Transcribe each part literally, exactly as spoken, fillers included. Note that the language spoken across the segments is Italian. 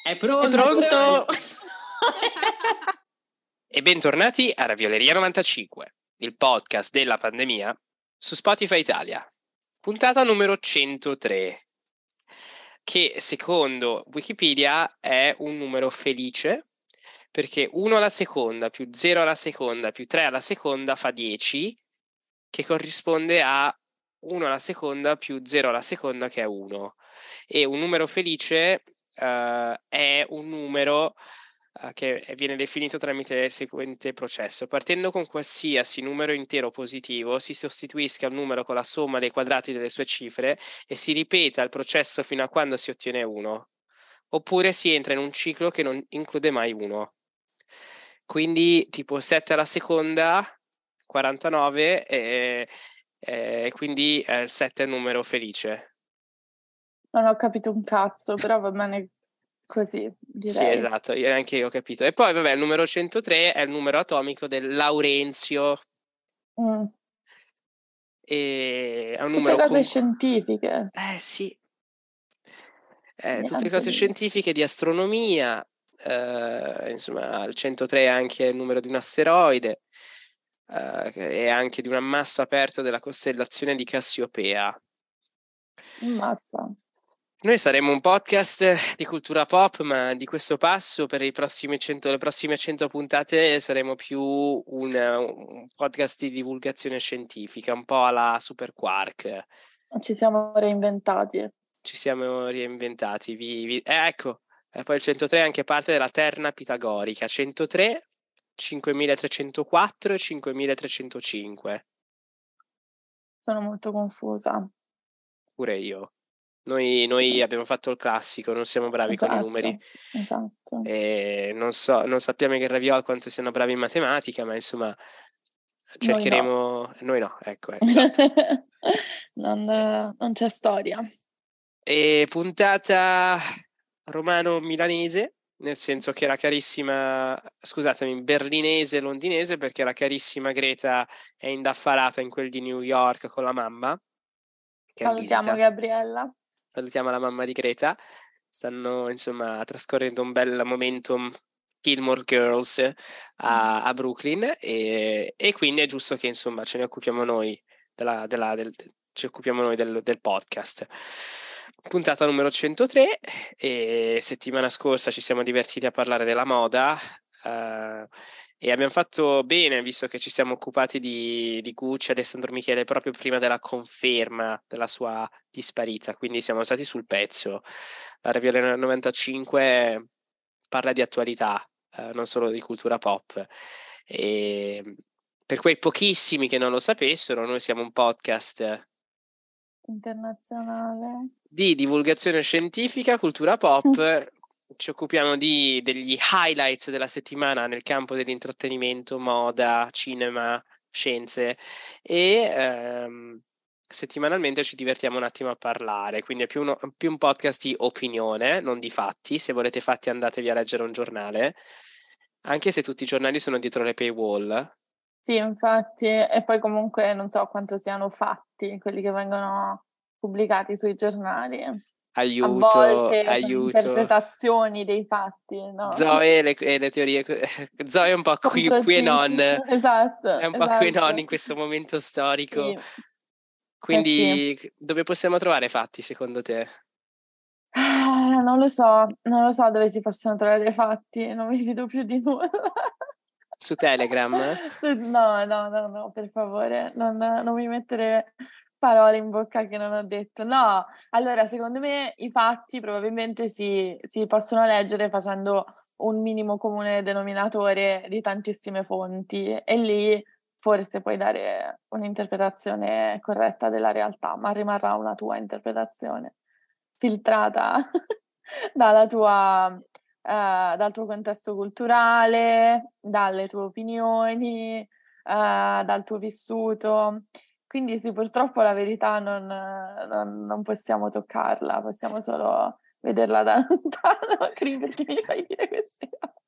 È pronto? È pronto? E bentornati a Ravioleria novantacinque, il podcast della pandemia su Spotify Italia. Puntata numero centotré, che secondo Wikipedia è un numero felice, perché uno alla seconda più zero alla seconda più tre alla seconda fa dieci, che corrisponde a uno alla seconda più zero alla seconda, che è uno. E un numero felice uh, è un numero uh, che viene definito tramite il seguente processo. Partendo con qualsiasi numero intero positivo, si sostituisca un numero con la somma dei quadrati delle sue cifre e si ripeta il processo fino a quando si ottiene uno. Oppure si entra in un ciclo che non include mai uno. Quindi tipo sette alla seconda, quarantanove, e, e quindi eh, il sette è il numero felice. Non ho capito un cazzo, però va bene così, direi. Sì, esatto, io anche io ho capito. E poi vabbè, il numero centotré è il numero atomico del Laurenzio. Mm. E è un Tutte numero cose con... scientifiche. Eh sì. Eh, tutte Niente cose di- scientifiche di astronomia. Eh, insomma, il centotré è anche il numero di un asteroide. Uh, e anche di un ammasso aperto della costellazione di Cassiopea. Ammazza. Noi saremo un podcast di cultura pop, ma di questo passo per i prossimi cento, le prossime cento puntate saremo più un, un podcast di divulgazione scientifica, un po' alla Super Quark. Ci siamo reinventati. Ci siamo reinventati. Vi, vi... Eh, ecco, e poi il centotré è anche parte della terna pitagorica. centotré, cinquemilatrecentoquattro e cinquemilatrecentocinque. Sono molto confusa. Pure io. Noi, noi abbiamo fatto il classico, non siamo bravi Esatto, con i numeri. Esatto. E non so, non sappiamo che Raviol quanto siano bravi in matematica, ma insomma cercheremo. Noi no. Noi no, ecco, esatto. non, non c'è storia. E puntata romano-milanese, nel senso che la carissima, scusatemi, berlinese-londinese, perché la carissima Greta è indaffarata in quel di New York con la mamma. Che Salutiamo Gabriella. Salutiamo la mamma di Greta. Stanno insomma trascorrendo un bel momento Gilmore Girls a, a Brooklyn e, e quindi è giusto che insomma ce ne occupiamo noi della, della, del, ci occupiamo noi del, del podcast. Puntata numero centotré, e settimana scorsa ci siamo divertiti a parlare della moda uh, e abbiamo fatto bene, visto che ci siamo occupati di, di Gucci, Alessandro Michele, proprio prima della conferma della sua disparita, quindi siamo stati sul pezzo. La Ravioleria novantacinque parla di attualità, eh, non solo di cultura pop. E per quei pochissimi che non lo sapessero, noi siamo un podcast internazionale di divulgazione scientifica, cultura pop. Ci occupiamo di, degli highlights della settimana nel campo dell'intrattenimento, moda, cinema, scienze e ehm, settimanalmente ci divertiamo un attimo a parlare, quindi è più, uno, più un podcast di opinione, non di fatti. Se volete fatti andatevi a leggere un giornale, anche se tutti i giornali sono dietro le paywall. Sì, infatti, e poi comunque non so quanto siano fatti quelli che vengono pubblicati sui giornali. Aiuto, a volte aiuto. Sono interpretazioni dei fatti, no? Zoe e le, e le teorie. Zoe è un po' qui, qui e non. Esatto. È un po' esatto. qui e non in questo momento storico. Sì. Quindi Eh sì. dove possiamo trovare fatti secondo te? Ah, non lo so, non lo so dove si possono trovare fatti, non mi fido più di nulla. Su Telegram? No, no, no, no, per favore, non, non mi mettere parole in bocca che non ho detto. No, allora secondo me i fatti probabilmente si, si possono leggere facendo un minimo comune denominatore di tantissime fonti e lì forse puoi dare un'interpretazione corretta della realtà, ma rimarrà una tua interpretazione filtrata dalla tua, eh, dal tuo contesto culturale, dalle tue opinioni, eh, dal tuo vissuto. Quindi sì, purtroppo la verità non, non, non possiamo toccarla, possiamo solo vederla da lontano. Cri, perché mi fai dire queste cose?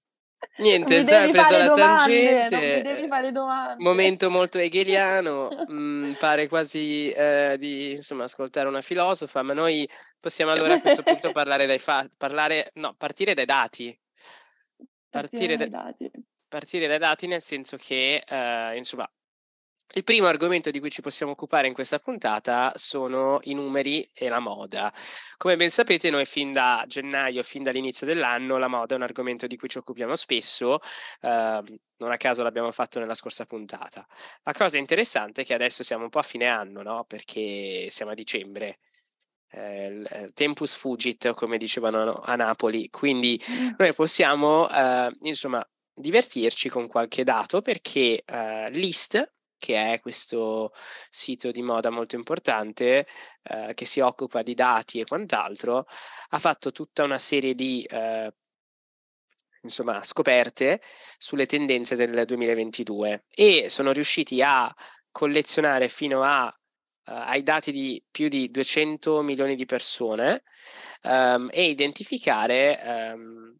Niente, mi Zoe ha devi preso fare la domande, non mi tangente, devi eh, fare domande. momento molto hegeliano, mm, pare quasi eh, di insomma ascoltare una filosofa, ma noi possiamo allora a questo punto parlare dai fatti, parlare, no, partire dai dati. Partire, Partiamo da- dai dati. partire dai dati nel senso che, eh, insomma, il primo argomento di cui ci possiamo occupare in questa puntata sono i numeri e la moda. Come ben sapete, noi fin da gennaio, fin dall'inizio dell'anno, la moda è un argomento di cui ci occupiamo spesso, eh, non a caso l'abbiamo fatto nella scorsa puntata. La cosa interessante è che adesso siamo un po' a fine anno, no? Perché siamo a dicembre. Eh, tempus fugit, come dicevano a Napoli, quindi noi possiamo, eh, insomma, divertirci con qualche dato perché eh, List, che è questo sito di moda molto importante eh, che si occupa di dati e quant'altro, ha fatto tutta una serie di eh, insomma, scoperte sulle tendenze del duemilaventidue e sono riusciti a collezionare fino a, uh, ai dati di più di duecento milioni di persone um, e identificare um,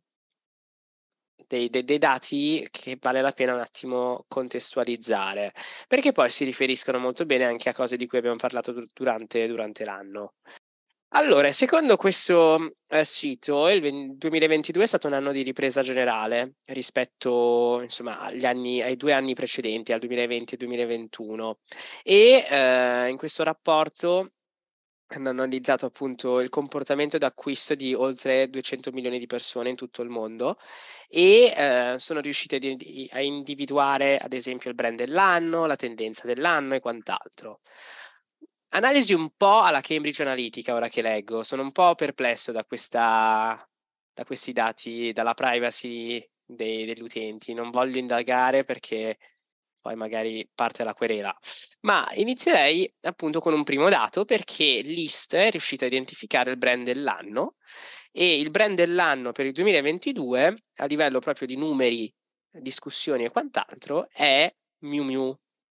dei, dei, dei dati che vale la pena un attimo contestualizzare, perché poi si riferiscono molto bene anche a cose di cui abbiamo parlato durante, durante l'anno. Allora, secondo questo eh, sito, il duemilaventidue è stato un anno di ripresa generale rispetto, insomma, agli anni, ai due anni precedenti, al duemilaventi e duemilaventuno. E eh, in questo rapporto hanno analizzato appunto il comportamento d'acquisto di oltre duecento milioni di persone in tutto il mondo e eh, sono riusciti a, a individuare, ad esempio, il brand dell'anno, la tendenza dell'anno e quant'altro. Analisi un po' alla Cambridge Analytica, ora che leggo, sono un po' perplesso da questa, da questi dati, dalla privacy dei, degli utenti, non voglio indagare perché poi magari parte la querela, ma inizierei appunto con un primo dato perché List è riuscito a identificare il brand dell'anno e il brand dell'anno per il duemilaventidue a livello proprio di numeri, discussioni e quant'altro è Miu Miu.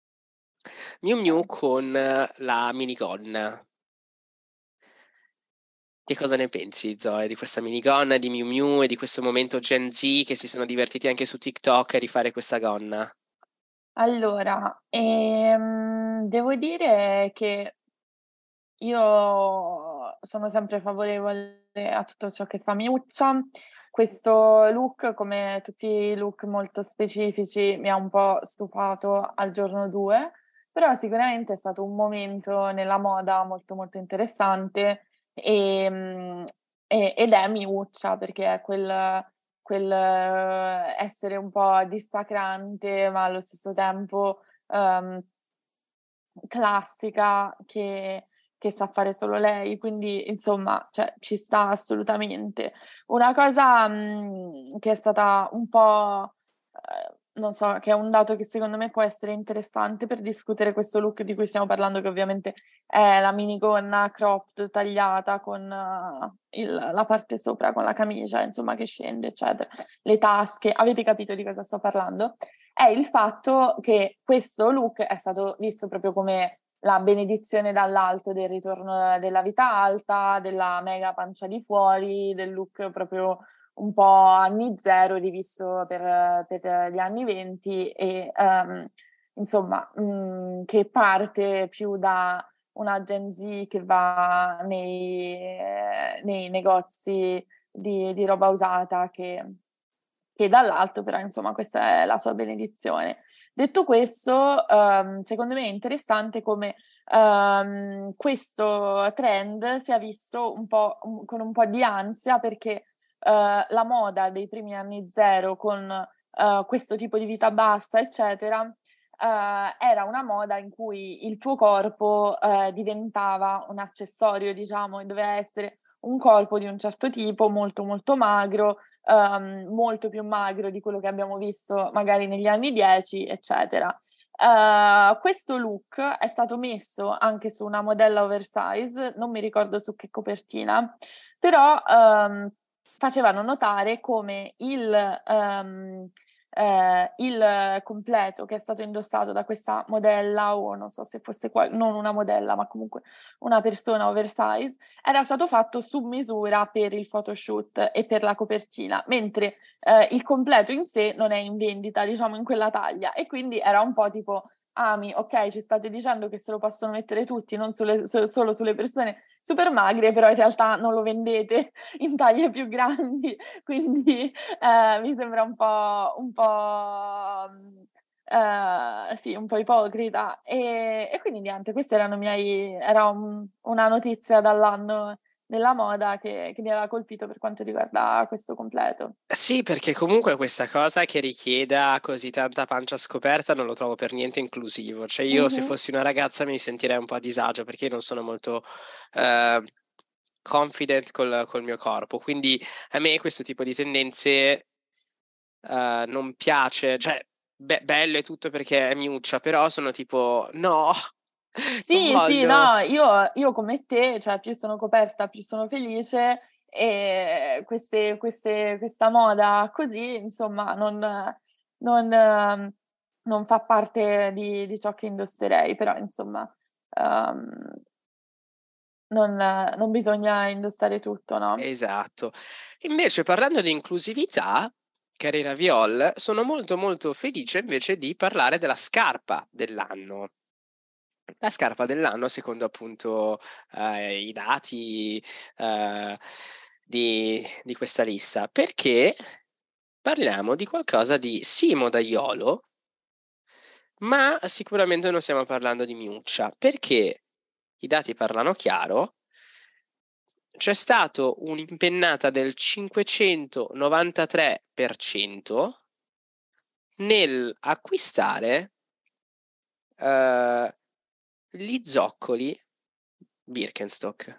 Miu Miu con la minigonna. Che cosa ne pensi, Zoe, di questa minigonna, di Miu Miu e di questo momento Gen Z che si sono divertiti anche su TikTok a rifare questa gonna? Allora, ehm, devo dire che io sono sempre favorevole a tutto ciò che fa Miuccia. Questo look, come tutti i look molto specifici, mi ha un po' stufato al giorno due, però sicuramente è stato un momento nella moda molto molto interessante e, mm, e- ed è Miuccia perché è quel, quel eh, essere un po' dissacrante ma allo stesso tempo ehm, classica che che sa fare solo lei, quindi insomma, cioè ci sta assolutamente. Una cosa, mhmm, che è stata un po', ehm, non so, che è un dato che secondo me può essere interessante per discutere questo look di cui stiamo parlando, che ovviamente è la minigonna cropped tagliata con eh, il la parte sopra con la camicia, insomma, che scende, eccetera, le tasche. Avete capito di cosa sto parlando? È il fatto che questo look è stato visto proprio come la benedizione dall'alto del ritorno della vita alta, della mega pancia di fuori, del look proprio un po' anni zero rivisto per, per gli anni venti e um, insomma mh, che parte più da una Gen Z che va nei, eh, nei negozi di, di roba usata che, che dall'alto, però insomma questa è la sua benedizione. Detto questo, um, secondo me è interessante come um, questo trend sia visto un po' um, con un po' di ansia perché uh, la moda dei primi anni zero con uh, questo tipo di vita bassa, eccetera, uh, era una moda in cui il tuo corpo uh, diventava un accessorio, diciamo, e doveva essere un corpo di un certo tipo, molto molto magro, Um, molto più magro di quello che abbiamo visto magari negli anni dieci, eccetera. Uh, questo look è stato messo anche su una modella oversize, non mi ricordo su che copertina, però um, facevano notare come il, um, eh, il completo che è stato indossato da questa modella, o non so se fosse qua, non una modella, ma comunque una persona oversize, era stato fatto su misura per il photoshoot e per la copertina, mentre eh, il completo in sé non è in vendita, diciamo, in quella taglia, e quindi era un po' tipo: Ami, ok, ci state dicendo che se lo possono mettere tutti, non sulle, so- solo sulle persone super magre, però in realtà non lo vendete in taglie più grandi, quindi eh, mi sembra un po', un po', eh, sì, un po' ipocrita. E, e quindi niente, questa erano miei, era un- una notizia dall'anno della moda che, che mi aveva colpito per quanto riguarda questo completo. Sì, perché comunque questa cosa che richieda così tanta pancia scoperta non lo trovo per niente inclusivo. Cioè io se Mhm. fossi una ragazza mi sentirei un po' a disagio perché io non sono molto eh, confident col, col mio corpo. Quindi a me questo tipo di tendenze eh, non piace. Cioè, be- bello e tutto perché è miuccia, però sono tipo no, non Sì, sì, voglio. no, io, io come te, cioè più sono coperta, più sono felice, e queste, queste, questa moda così, insomma, non, non, ehm, non fa parte di, di ciò che indosserei, però insomma, ehm, non, non bisogna indossare tutto, no? Esatto. Invece, parlando di inclusività, carina Viol, sono molto molto felice invece di parlare della scarpa dell'anno. La scarpa dell'anno, secondo appunto eh, i dati eh, di, di questa lista, perché parliamo di qualcosa di sì modaiolo, ma sicuramente non stiamo parlando di miuccia, perché i dati parlano chiaro. C'è stato un'impennata del cinquecentonovantatré per cento nel acquistare eh, gli zoccoli Birkenstock.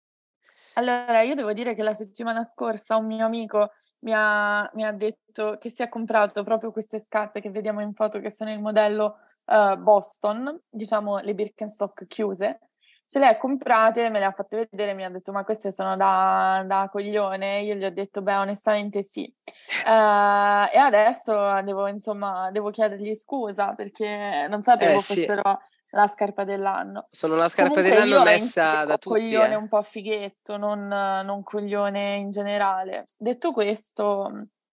Allora, io devo dire che la settimana scorsa un mio amico mi ha, mi ha detto che si è comprato proprio queste scarpe che vediamo in foto, che sono il modello eh, Boston, diciamo le Birkenstock chiuse. Se le ha comprate, me le ha fatte vedere, mi ha detto: ma queste sono da, da coglione? Io gli ho detto: beh, onestamente sì. Eh, e adesso devo, insomma, devo chiedergli scusa perché non Eh sapevo sì, fossero la scarpa dell'anno. sono la scarpa Comunque dell'anno io la messa da intendevo tutti, coglione eh. un po' fighetto, non, non coglione in generale. Detto questo,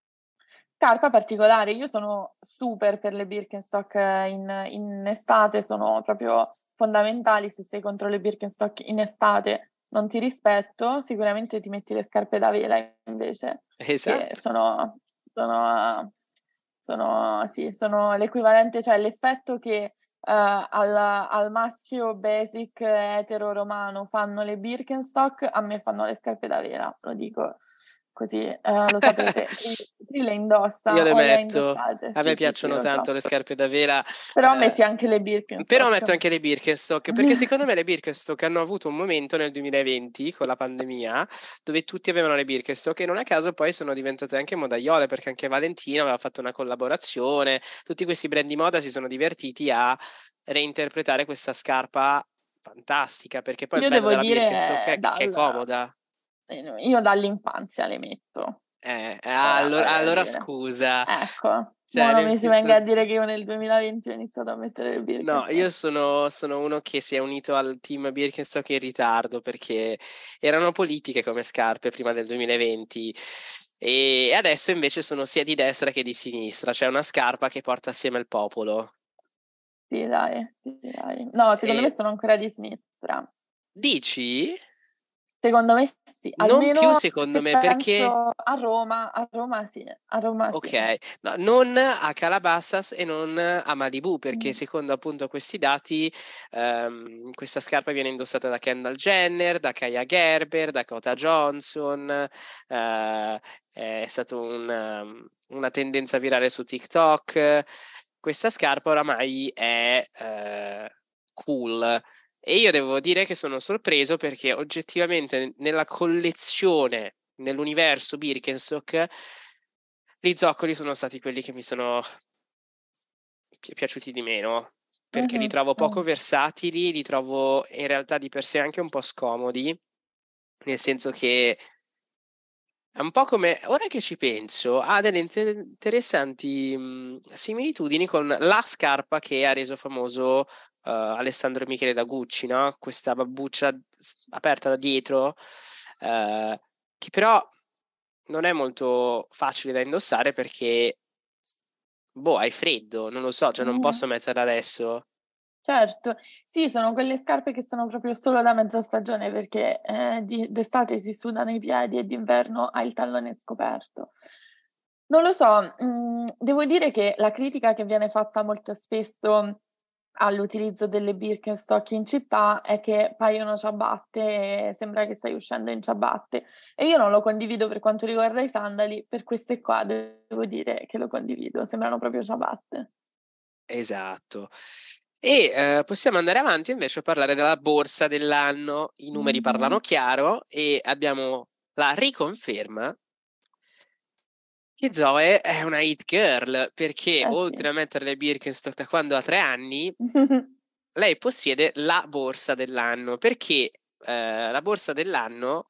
scarpa particolare. Io sono super per le Birkenstock in, in estate, sono proprio fondamentali. Se sei contro le Birkenstock in estate non ti rispetto, sicuramente ti metti le scarpe da vela invece, che Esatto. sono, sono, sono, sì, sono l'equivalente, cioè l'effetto che eh, al, al maschio basic etero romano fanno le Birkenstock, a me fanno le scarpe da vela, lo dico così, eh, lo sapete. Chi, chi le Io indossa le o le ha metto, indossate? a me Sì, sì, sì, piacciono lo tanto so. le scarpe da vela, Però eh, metti anche le però Birkenstock. metto anche le Birkenstock, perché secondo me le Birkenstock hanno avuto un momento nel duemilaventi con la pandemia dove tutti avevano le Birkenstock e non a caso poi sono diventate anche modaiole perché anche Valentino aveva fatto una collaborazione, tutti questi brand di moda si sono divertiti a reinterpretare questa scarpa fantastica, perché poi il Io bello devo della Birkenstock dire è che è dal, comoda. io dall'infanzia le metto. Eh, eh, Ora allora, voglio allora dire. scusa, Ecco, mo cioè non nel mi si senso. venga a dire che io nel duemilaventi ho iniziato a mettere le No, io Birkenstock. sono, sono uno che si è unito al team Birkenstock in ritardo perché erano politiche come scarpe prima del duemilaventi e adesso invece sono sia di destra che di sinistra, c'è una scarpa che porta assieme il popolo. Sì, dai, sì, dai. No, secondo me E sono ancora di sinistra. dici? Secondo me sì, Non più almeno secondo se me perché. penso a Roma, a Roma sì, a Roma sì. Ok, no, non a Calabasas e non a Malibu, perché Mm. secondo appunto questi dati, ehm, questa scarpa viene indossata da Kendall Jenner, da Kaya Gerber, da Kota Johnson, eh, è stata un, una tendenza virale su TikTok. Questa scarpa oramai è eh, cool. E io devo dire che sono sorpreso perché oggettivamente nella collezione, nell'universo Birkenstock, gli zoccoli sono stati quelli che mi sono pi- piaciuti di meno, perché li Mhm, trovo poco mm. versatili, li trovo in realtà di per sé anche un po' scomodi, nel senso che È un po' come, ora che ci penso, ha delle inter- interessanti mh, similitudini con la scarpa che ha reso famoso uh, Alessandro Michele da Gucci, no? Questa babbuccia s- aperta da dietro, uh, che però non è molto facile da indossare perché, boh, hai freddo, non lo so, cioè non Mhm. posso metterla adesso. Certo, sì, sono quelle scarpe che sono proprio solo da mezza stagione perché eh, di- d'estate si sudano i piedi e d'inverno hai il tallone scoperto. Non lo so, mh, devo dire che la critica che viene fatta molto spesso all'utilizzo delle Birkenstock in città è che paiono ciabatte e sembra che stai uscendo in ciabatte. E io non lo condivido per quanto riguarda i sandali, per queste qua devo dire che lo condivido, sembrano proprio ciabatte. Esatto. E eh, possiamo andare avanti invece a parlare della borsa dell'anno. I numeri parlano Mhm. chiaro e abbiamo la riconferma che Zoe è una hit girl perché Eh sì. oltre a mettere le Birkenstock da quando ha tre anni, lei possiede la borsa dell'anno perché eh, la borsa dell'anno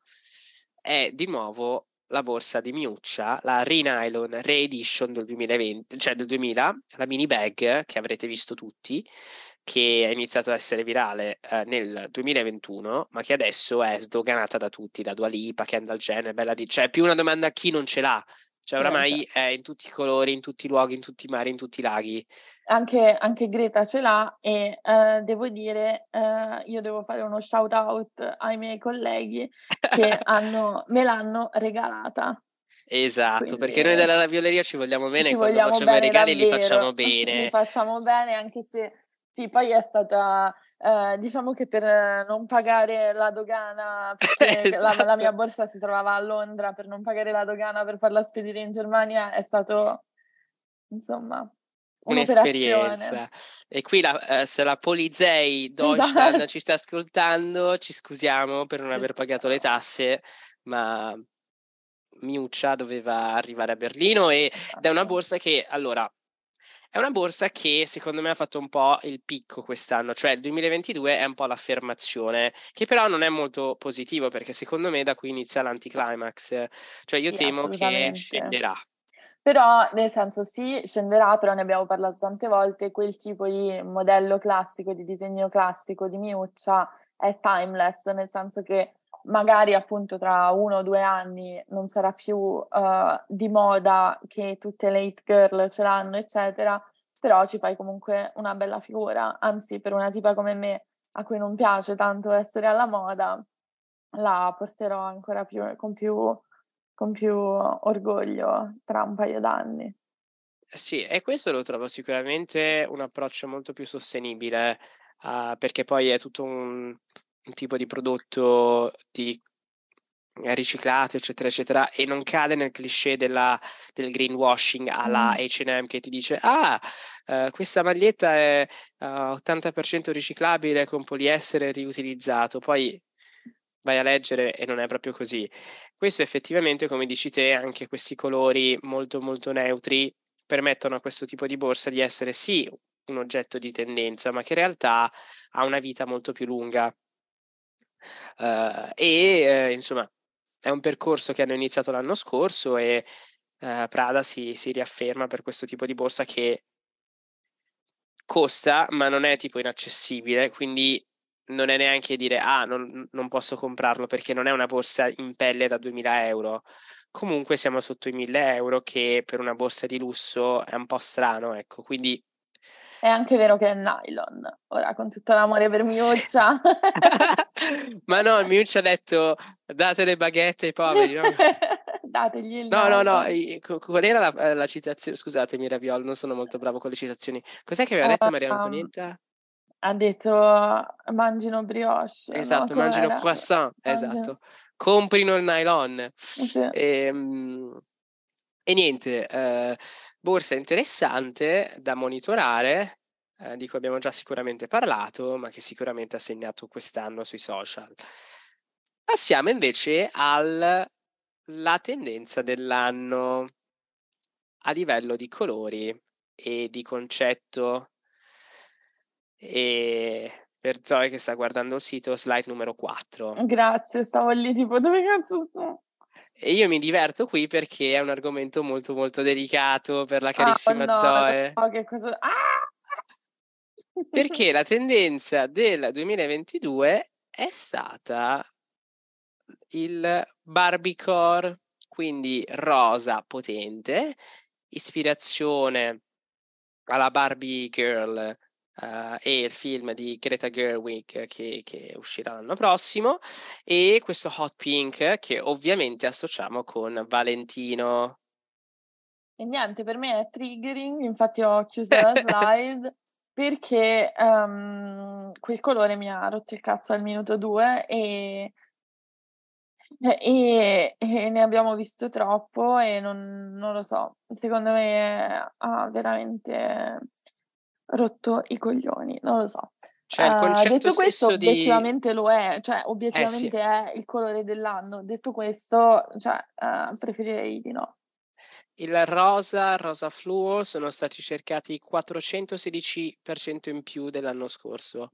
è di nuovo la borsa di Miuccia, la Re-Nylon Re-Edition del duemilaventi, cioè del duemila, la mini bag che avrete visto tutti, che è iniziata ad essere virale eh, nel duemilaventuno, ma che adesso è sdoganata da tutti, da Dua Lipa, Kendall Jenner, Bella di... cioè è più una domanda a chi non ce l'ha. Cioè Sì, oramai cioè, è in tutti i colori, in tutti i luoghi, in tutti i mari, in tutti i laghi. anche, anche Greta ce l'ha e eh, devo dire, eh, io devo fare uno shout out ai miei colleghi che hanno, me l'hanno regalata. Esatto, Quindi perché noi della ravioleria ci vogliamo bene ci e quando vogliamo facciamo i bene regali li facciamo davvero, li bene. facciamo bene anche se sì, poi è stata, eh, diciamo che per eh, non pagare la dogana, perché la, la Esatto, mia borsa si trovava a Londra, per non pagare la dogana per farla spedire in Germania è stato, insomma, un'operazione. un'esperienza. E qui la, eh, se la Polizei Deutschland Esatto. ci sta ascoltando, ci scusiamo per non aver pagato le tasse, ma Miuccia doveva arrivare a Berlino e- ed è una Esatto. borsa che, allora, è una borsa che secondo me ha fatto un po' il picco quest'anno, cioè il duemilaventidue è un po' l'affermazione, che però non è molto positivo perché secondo me da qui inizia l'anticlimax, cioè io Sì, temo che assolutamente. scenderà. Però, nel senso, sì, scenderà, però ne abbiamo parlato tante volte, quel tipo di modello classico, di disegno classico di Miuccia è timeless, nel senso che magari appunto tra uno o due anni non sarà più eh, di moda che tutte le hit girl ce l'hanno, eccetera, però ci fai comunque una bella figura, anzi per una tipa come me a cui non piace tanto essere alla moda, la porterò ancora più, con più, con più orgoglio tra un paio d'anni. Sì, e questo lo trovo sicuramente un approccio molto più sostenibile, uh, perché poi è tutto un, un tipo di prodotto di eh, riciclato, eccetera, eccetera, e non cade nel cliché della, del greenwashing alla Mm. acca e emme che ti dice ah, eh, questa maglietta è uh, ottanta per cento riciclabile con poliestere riutilizzato, poi vai a leggere e non è proprio così. Questo effettivamente, come dici te, anche questi colori molto molto neutri permettono a questo tipo di borsa di essere sì un oggetto di tendenza, ma che in realtà ha una vita molto più lunga. Uh, e eh, insomma è un percorso che hanno iniziato l'anno scorso e uh, Prada si, si riafferma per questo tipo di borsa che costa, ma non è tipo inaccessibile, quindi non è neanche dire ah, non, non posso comprarlo perché non è una borsa in pelle da duemila euro. Comunque siamo sotto i mille euro che per una borsa di lusso è un po' strano, ecco, quindi È anche vero che è nylon, ora con tutto l'amore per Miuccia. ma no, Miuccia ha detto date le baguette ai poveri, no? Dategli il No, no, no, nylon. i- co- qual era la, la citazione? Scusatemi, Raviol, non sono molto bravo con le citazioni. Cos'è che aveva detto Maria Um, Antonietta? ha detto mangino brioche, no? Esatto, mangino Com'era? croissant, Mangino... esatto. Comprino il nylon. Sì. Ehm, E, niente, eh, borsa interessante da monitorare, eh, di cui abbiamo già sicuramente parlato, ma che sicuramente ha segnato quest'anno sui social. Passiamo invece alla tendenza dell'anno a livello di colori e di concetto. E per Zoe che sta guardando il sito, slide numero quattro. Grazie, stavo lì tipo dove cazzo sto? E io mi diverto qui perché è un argomento molto molto delicato per la Ah, oh carissima no, Zoe. no, che cosa... Ah! Perché la tendenza del duemilaventidue è stata il Barbiecore, quindi rosa potente, ispirazione alla Barbie Girl uh, e il film di Greta Gerwig che, che uscirà l'anno prossimo, e questo hot pink che ovviamente associamo con Valentino. E niente, per me è triggering, infatti ho chiuso la slide perché um, quel colore mi ha rotto il cazzo al minuto due e, e, e ne abbiamo visto troppo e non, non lo so, secondo me ha veramente rotto i coglioni, non lo so. Cioè il Uh, concetto detto questo, stesso di... obiettivamente lo è, cioè Eh sì, obiettivamente è il colore dell'anno. Detto questo, cioè, uh, preferirei di no. il rosa, rosa fluo sono stati cercati quattrocentosedici per cento in più dell'anno scorso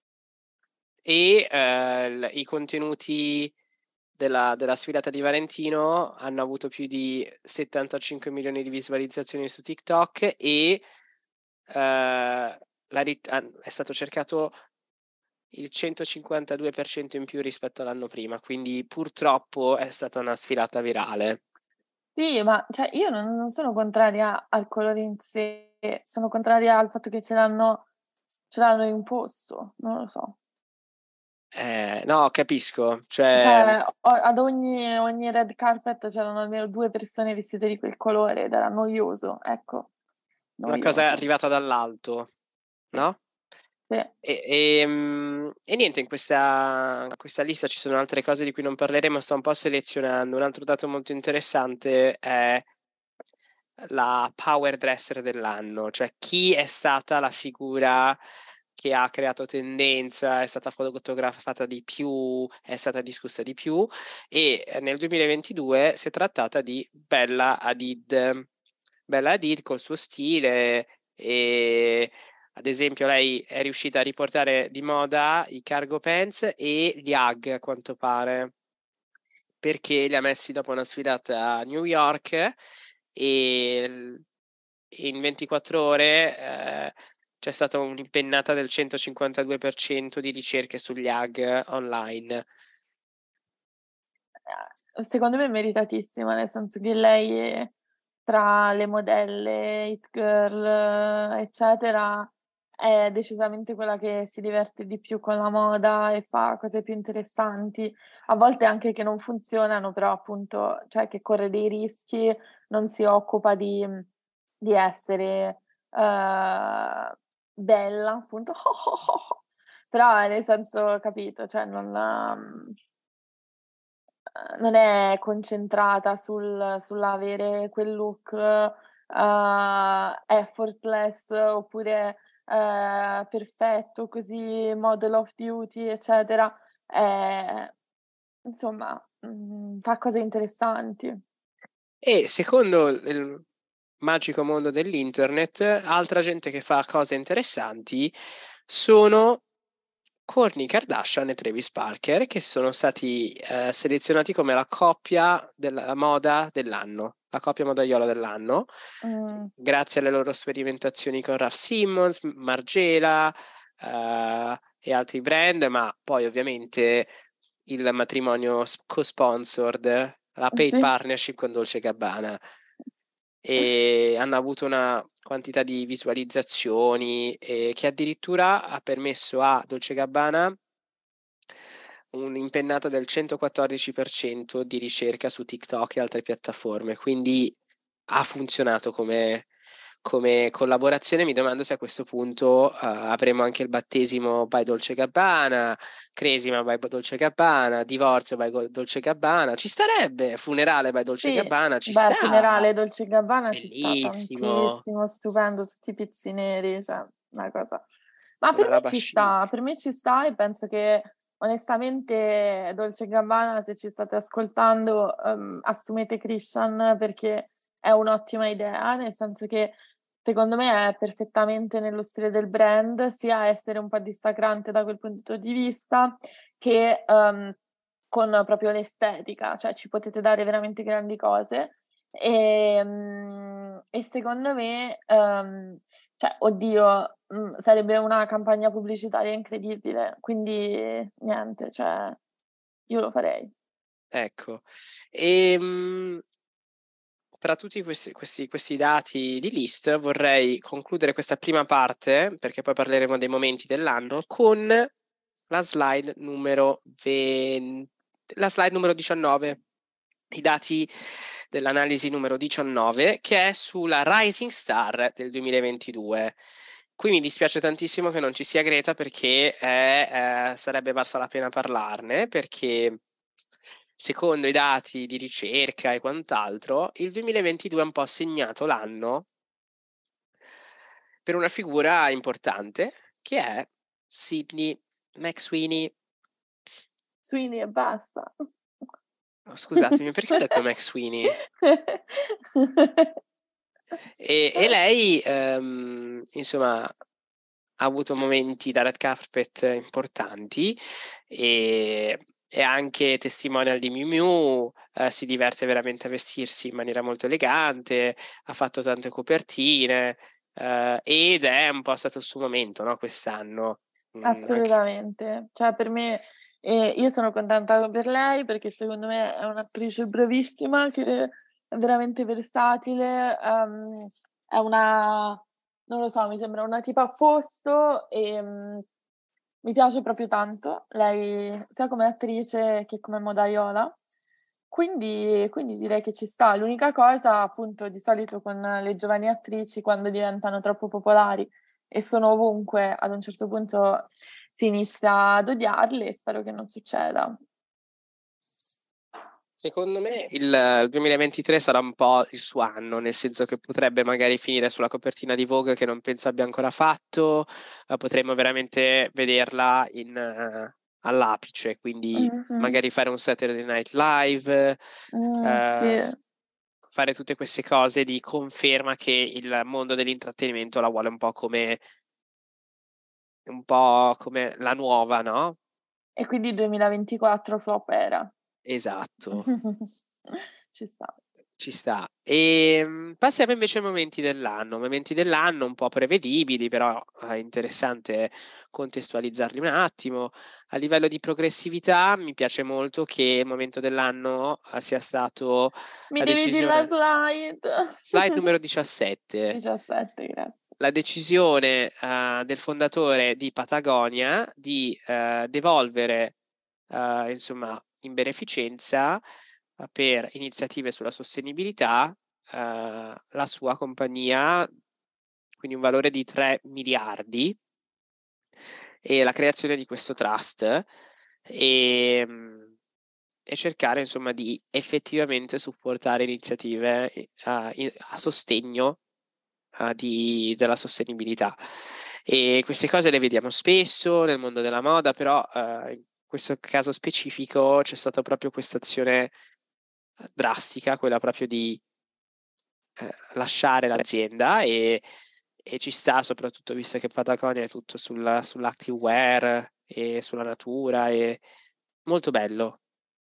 e eh, l- i contenuti della, della sfilata di Valentino hanno avuto più di settantacinque milioni di visualizzazioni su TikTok e eh, la rit- è stato cercato il centocinquantadue per cento in più rispetto all'anno prima, quindi purtroppo è stata una sfilata virale. Sì, ma cioè, io non, non sono contraria al colore in sé, sono contraria al fatto che ce l'hanno, ce l'hanno imposto, non lo so. Eh, no, capisco, cioè Cioè, o- ad ogni, ogni red carpet c'erano almeno due persone vestite di quel colore ed era noioso, ecco, una cosa noioso. arrivata dall'alto, Sì, no? sì. E, e, mm, e niente, in questa, questa lista ci sono altre cose di cui non parleremo, sto un po' selezionando. Un altro dato molto interessante è la power dresser dell'anno, cioè chi è stata la figura che ha creato tendenza, è stata fotografata di più, è stata discussa di più, e nel duemilaventidue si è trattata di Bella Hadid. Bella Hadid col suo stile e ad esempio lei è riuscita a riportare di moda i cargo pants e gli Ugg a quanto pare, perché li ha messi dopo una sfilata a New York e in ventiquattro ore eh, c'è stata un'impennata del centocinquantadue per cento di ricerche sugli Ugg online. Eh, Secondo me è meritatissima, nel senso che lei tra le modelle, it girl, eccetera, è decisamente quella che si diverte di più con la moda e fa cose più interessanti, a volte anche che non funzionano, però appunto, cioè che corre dei rischi, non si occupa di, di essere eh, bella, appunto, però nel senso, capito, cioè non... um, non è concentrata sul sull'avere quel look, uhm, effortless oppure, ehm, perfetto, così model of beauty, eccetera. Ehm, insomma, mhmm, fa cose interessanti. E secondo il magico mondo dell'internet, altra gente che fa cose interessanti sono Kourtney Kardashian e Travis Barker, che sono stati eh, selezionati come la coppia della moda dell'anno, la coppia modaiola dell'anno, Mh, grazie alle loro sperimentazioni con Raf Simons, Margiela eh, e altri brand, ma poi ovviamente il matrimonio s- co-sponsored, la paid sì. partnership con Dolce e Gabbana, e hanno avuto una quantità di visualizzazioni eh, che addirittura ha permesso a Dolce e Gabbana un'impennata del centoquattordici per cento di ricerca su TikTok e altre piattaforme, quindi ha funzionato come, come collaborazione. Mi domando se a questo punto uh, avremo anche il battesimo by Dolce Gabbana, Cresima by Dolce Gabbana, divorzio by Dolce Gabbana, ci starebbe, funerale by Dolce Sì, Gabbana, ci beh, sta, funerale Dolce& Gabbana ci sta bellissimo, tantissimo, stupendo, tutti i pizzi neri, cioè una cosa. Ma per una me roba ci sta, chic. per me ci sta e penso che onestamente Dolce& Gabbana, se ci state ascoltando, ehm, assumete Christian perché è un'ottima idea, nel senso che secondo me è perfettamente nello stile del brand, sia essere un po' dissacrante da quel punto di vista che, ehm con proprio l'estetica, cioè ci potete dare veramente grandi cose. Ehm, e secondo me, ehm, cioè oddio, mhmm, sarebbe una campagna pubblicitaria incredibile, quindi niente, cioè io lo farei. Ecco. Ehm, tra tutti questi questi questi dati di list vorrei concludere questa prima parte, perché poi parleremo dei momenti dell'anno, con la slide numero ven la slide numero diciannove. I dati dell'analisi numero diciannove, che è sulla Rising Star del duemilaventidue. Qui mi dispiace tantissimo che non ci sia Greta, perché è, eh, sarebbe valsa la pena parlarne, perché secondo i dati di ricerca e quant'altro, il duemilaventidue è un po' segnato l'anno per una figura importante, che è Sydney McSweeney. Sweeney e basta. Oh, scusatemi, perché ho detto McSweeney? E, e lei, ehm, insomma, ha avuto momenti da red carpet importanti, e è anche testimonial di Miu Miu, eh, si diverte veramente a vestirsi in maniera molto elegante, ha fatto tante copertine, eh, ed è un po' stato il suo momento, no, quest'anno. Mm, anche- Assolutamente. Cioè per me ehm, io sono contenta per lei perché secondo me è un'attrice bravissima, che è veramente versatile, ehm, è una non lo so, mi sembra una tipa a posto, ehm, mi piace proprio tanto lei sia come attrice che come modaiola. Quindi quindi direi che ci sta. L'unica cosa, appunto, di solito con le giovani attrici, quando diventano troppo popolari e sono ovunque, ad un certo punto si inizia ad odiarle e spero che non succeda. Secondo me il duemilaventitré sarà un po' il suo anno, nel senso che potrebbe magari finire sulla copertina di Vogue, che non penso abbia ancora fatto, eh, potremmo veramente vederla in, eh, all'apice, quindi Mh-mh. magari fare un Saturday Night Live, Mh, eh, sì. f- fare tutte queste cose di conferma che il mondo dell'intrattenimento la vuole un po' come, un po' come la nuova, no? E quindi duemilaventiquattro flop era. Esatto. Ci sta. Ci sta. Ehm, passiamo invece ai momenti dell'anno. Momenti dell'anno un po' prevedibili, però è interessante contestualizzarli un attimo. A livello di progressività, mi piace molto che il momento dell'anno eh, sia stato Mi la devi dir la decisione, slide. slide numero diciassette, diciassette, grazie. la decisione eh, del fondatore di Patagonia di eh, devolvere, eh, insomma, in beneficenza eh, per iniziative sulla sostenibilità, eh, la sua compagnia, quindi un valore di tre miliardi, e la creazione di questo trust, e, e cercare insomma di effettivamente supportare iniziative eh, a, a sostegno uh, di, della sostenibilità. E queste cose le vediamo spesso nel mondo della moda, però uh, in questo caso specifico c'è stata proprio questa azione drastica, quella proprio di eh, lasciare l'azienda, e, e ci sta, soprattutto visto che Patagonia è tutto sulla, sull'activewear e sulla natura, e molto bello.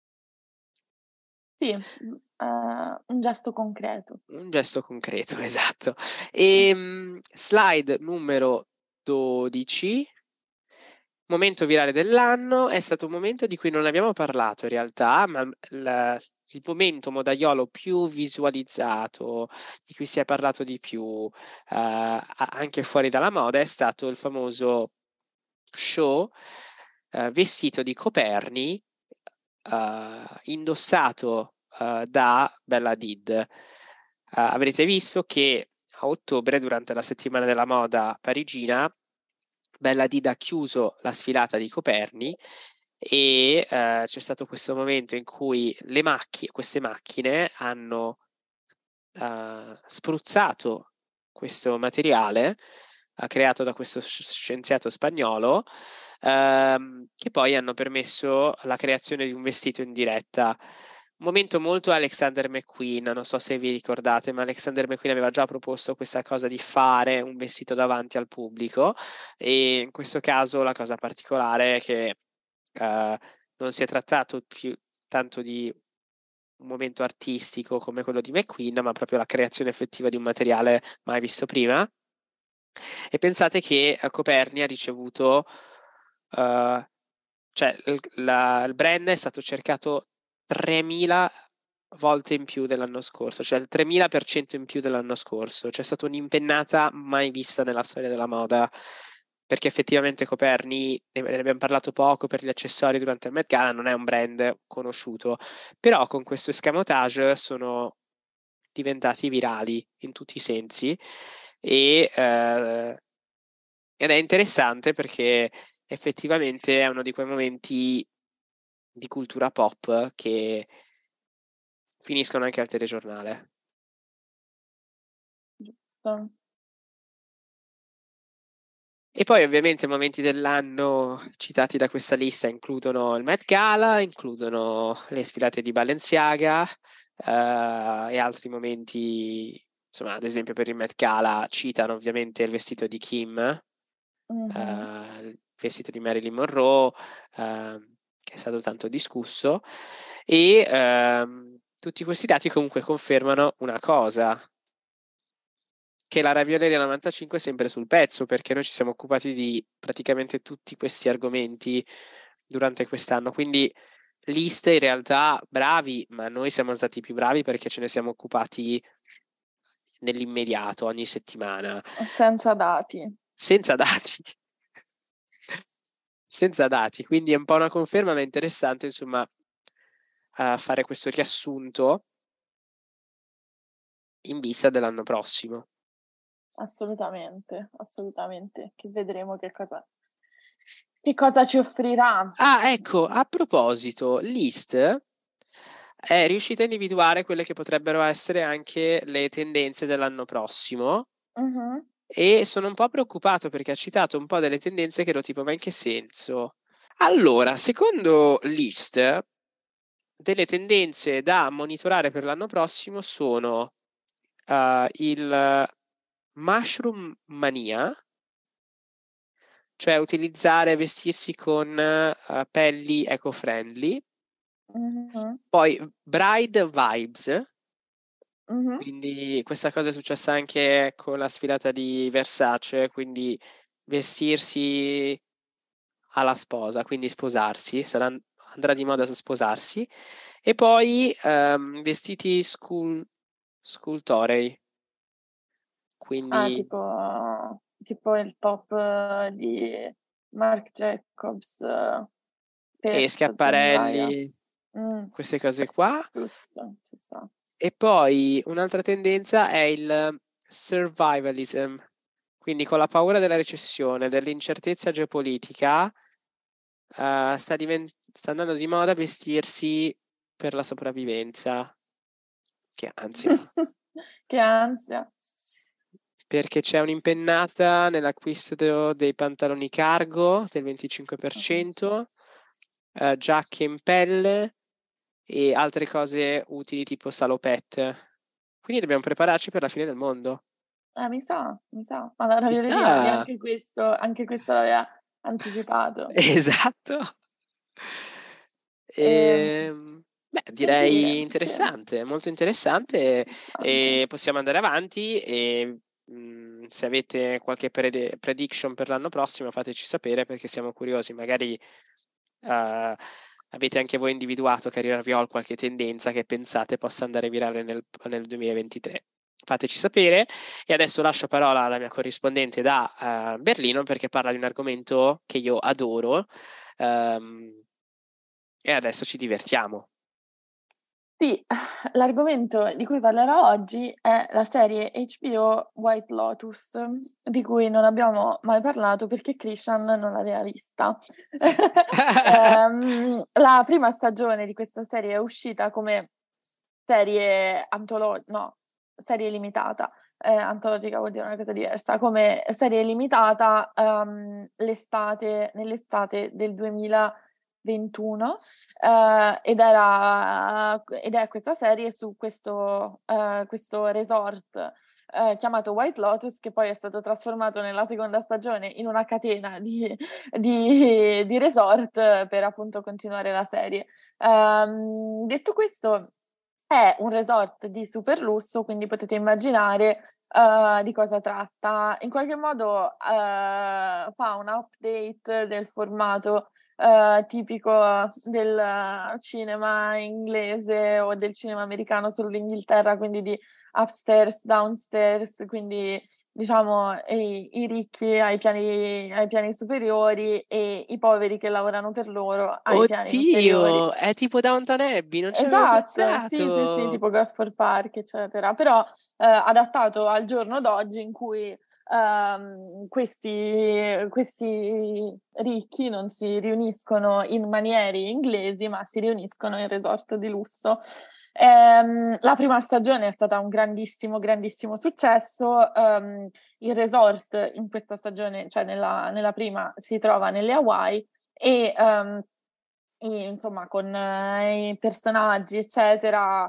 Sì, mhmm, ehm, un gesto concreto. Un gesto concreto, esatto. E, slide numero dodici. Momento virale dell'anno è stato un momento di cui non abbiamo parlato in realtà, ma il, il momento modaiolo più visualizzato, di cui si è parlato di più, eh, anche fuori dalla moda, è stato il famoso show eh, vestito di Coperni, eh, indossato eh, da Bella Hadid. Eh, avrete visto che a ottobre, durante la settimana della moda parigina, Bella Hadid ha chiuso la sfilata di Coperni, e eh, c'è stato questo momento in cui le macchine, queste macchine hanno eh, spruzzato questo materiale eh, creato da questo scienziato spagnolo, ehm, che poi hanno permesso la creazione di un vestito in diretta. Un momento molto Alexander McQueen, non so se vi ricordate, ma Alexander McQueen aveva già proposto questa cosa di fare un vestito davanti al pubblico, e in questo caso la cosa particolare è che uh, non si è trattato più tanto di un momento artistico come quello di McQueen, ma proprio la creazione effettiva di un materiale mai visto prima. E pensate che Coperni ha ricevuto, uh, cioè il, la, il brand è stato cercato tremila volte in più dell'anno scorso, cioè il tremila per cento in più dell'anno scorso. C'è stata un'impennata mai vista nella storia della moda, perché effettivamente Coperni, ne abbiamo parlato poco per gli accessori durante il Met Gala, non è un brand conosciuto, però con questo escamotage sono diventati virali in tutti i sensi e, eh, ed è interessante perché effettivamente è uno di quei momenti di cultura pop che finiscono anche al telegiornale. Giusto. E poi ovviamente i momenti dell'anno citati da questa lista includono il Met Gala, includono le sfilate di Balenciaga uh, e altri momenti, insomma, ad esempio per il Met Gala citano ovviamente il vestito di Kim, mm-hmm. uh, il vestito di Marilyn Monroe, uh, che è stato tanto discusso, e uh, tutti questi dati comunque confermano una cosa, che la Ravioleria novantacinque è sempre sul pezzo, perché noi ci siamo occupati di praticamente tutti questi argomenti durante quest'anno, quindi liste in realtà bravi, ma noi siamo stati più bravi perché ce ne siamo occupati nell'immediato, ogni settimana. Senza dati. Senza dati. Senza dati, quindi è un po' una conferma, ma è interessante, insomma, a fare questo riassunto in vista dell'anno prossimo. Assolutamente, assolutamente, che vedremo che cosa, che cosa ci offrirà. Ah, ecco, a proposito, List è riuscita a individuare quelle che potrebbero essere anche le tendenze dell'anno prossimo, uh-huh. E sono un po' preoccupato perché ha citato un po' delle tendenze che ero tipo, ma in che senso? Allora, secondo List, delle tendenze da monitorare per l'anno prossimo sono uh, il mushroom mania, cioè utilizzare, vestirsi con uh, pelli eco-friendly, mm-hmm. Poi bride vibes, mm-hmm. Quindi questa cosa è successa anche con la sfilata di Versace, quindi vestirsi alla sposa, quindi sposarsi, sarà, andrà di moda sposarsi, e poi um, vestiti scul- scultorei. Quindi... Ah, tipo, tipo il top di Marc Jacobs. E schiapparelli, mm. queste cose qua. Giusto, ci sta. E poi un'altra tendenza è il survivalism, quindi con la paura della recessione, dell'incertezza geopolitica, uh, sta, divent- sta andando di moda vestirsi per la sopravvivenza. Che ansia. Che ansia. Perché c'è un'impennata nell'acquisto dei pantaloni cargo del venticinque per cento, uh, giacche in pelle e altre cose utili tipo salopette. Quindi dobbiamo prepararci per la fine del mondo. Eh, mi sa, mi sa. Ma la ravioleria anche questo, anche questo l'aveva anticipato. Esatto. E, beh, direi dire, interessante, sì. Molto interessante. E possiamo andare avanti e mh, se avete qualche pred- prediction per l'anno prossimo fateci sapere perché siamo curiosi. Magari uh, avete anche voi individuato, cari Raviol, qualche tendenza che pensate possa andare virale nel, nel duemilaventitré. Fateci sapere. E adesso lascio parola alla mia corrispondente da uh, Berlino perché parla di un argomento che io adoro. Um, e adesso ci divertiamo. Sì, l'argomento di cui parlerò oggi è la serie H B O White Lotus, di cui non abbiamo mai parlato perché Christian non l'aveva vista. um, la prima stagione di questa serie è uscita come serie antologica, no, serie limitata, eh, antologica vuol dire una cosa diversa, come serie limitata um, l'estate, nell'estate del duemilaventuno uh, ed era ed è questa serie su questo, uh, questo resort eh, chiamato White Lotus, che poi è stato trasformato nella seconda stagione in una catena di, di, di resort per appunto continuare la serie. Um, detto questo, è un resort di super lusso, quindi potete immaginare uh, di cosa tratta. In qualche modo uh, fa un update del formato uh, tipico del cinema inglese o del cinema americano sull'Inghilterra, quindi di upstairs, downstairs, quindi diciamo i, i ricchi ai piani, ai piani superiori e i poveri che lavorano per loro ai piani inferiori. Oddio, è tipo Downton Abbey, non ci avevo Esatto, sì, sì, sì, pensato. tipo Gosford Park, eccetera, però eh, adattato al giorno d'oggi in cui ehm, questi, questi ricchi non si riuniscono in maniere inglesi, ma si riuniscono in resort di lusso. Ehm, la prima stagione è stata un grandissimo, grandissimo successo. Ehm, il resort in questa stagione, cioè nella, nella prima, si trova nelle Hawaii e ehm, e, insomma, con eh, i personaggi, eccetera,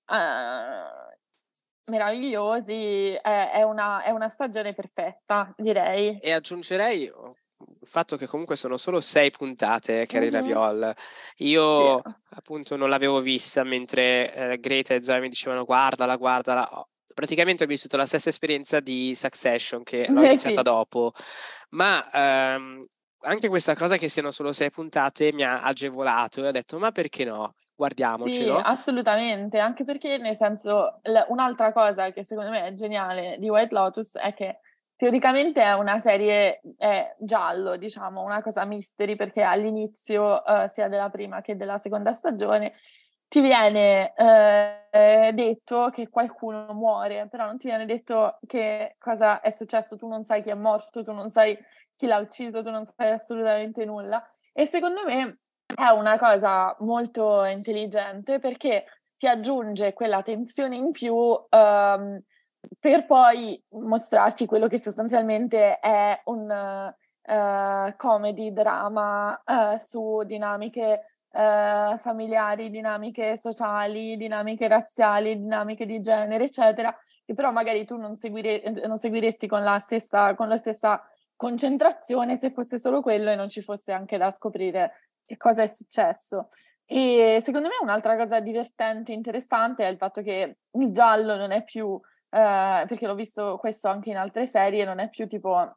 eh, meravigliosi, è, è una, è una stagione perfetta, direi. E aggiungerei oh, il fatto che comunque sono solo sei puntate, Carrie Mhm. Raviol. Sì. Io appunto non l'avevo vista mentre eh, Greta e Zoe mi dicevano guardala, guardala. Oh, praticamente ho vissuto la stessa esperienza di Succession, che l'ho Eh, iniziata sì. dopo, ma ehm, anche questa cosa che siano solo sei puntate mi ha agevolato e ho detto ma perché no? Sì, Guardiamocelo. assolutamente, anche perché nel senso l- un'altra cosa che secondo me è geniale di White Lotus è che teoricamente è una serie è giallo, diciamo, una cosa mystery, perché all'inizio eh, sia della prima che della seconda stagione ti viene eh, detto che qualcuno muore, però non ti viene detto che cosa è successo, tu non sai chi è morto, tu non sai chi l'ha ucciso, tu non sai assolutamente nulla. E secondo me è una cosa molto intelligente perché ti aggiunge quella tensione in più ehm, per poi mostrarci quello che sostanzialmente è un eh, comedy drama eh, su dinamiche eh, familiari, dinamiche sociali, dinamiche razziali, dinamiche di genere, eccetera, che però magari tu non, seguire- non seguiresti con la stessa, con la stessa concentrazione se fosse solo quello e non ci fosse anche da scoprire che cosa è successo. E secondo me un'altra cosa divertente e interessante è il fatto che il giallo non è più, eh, perché l'ho visto questo anche in altre serie, non è più tipo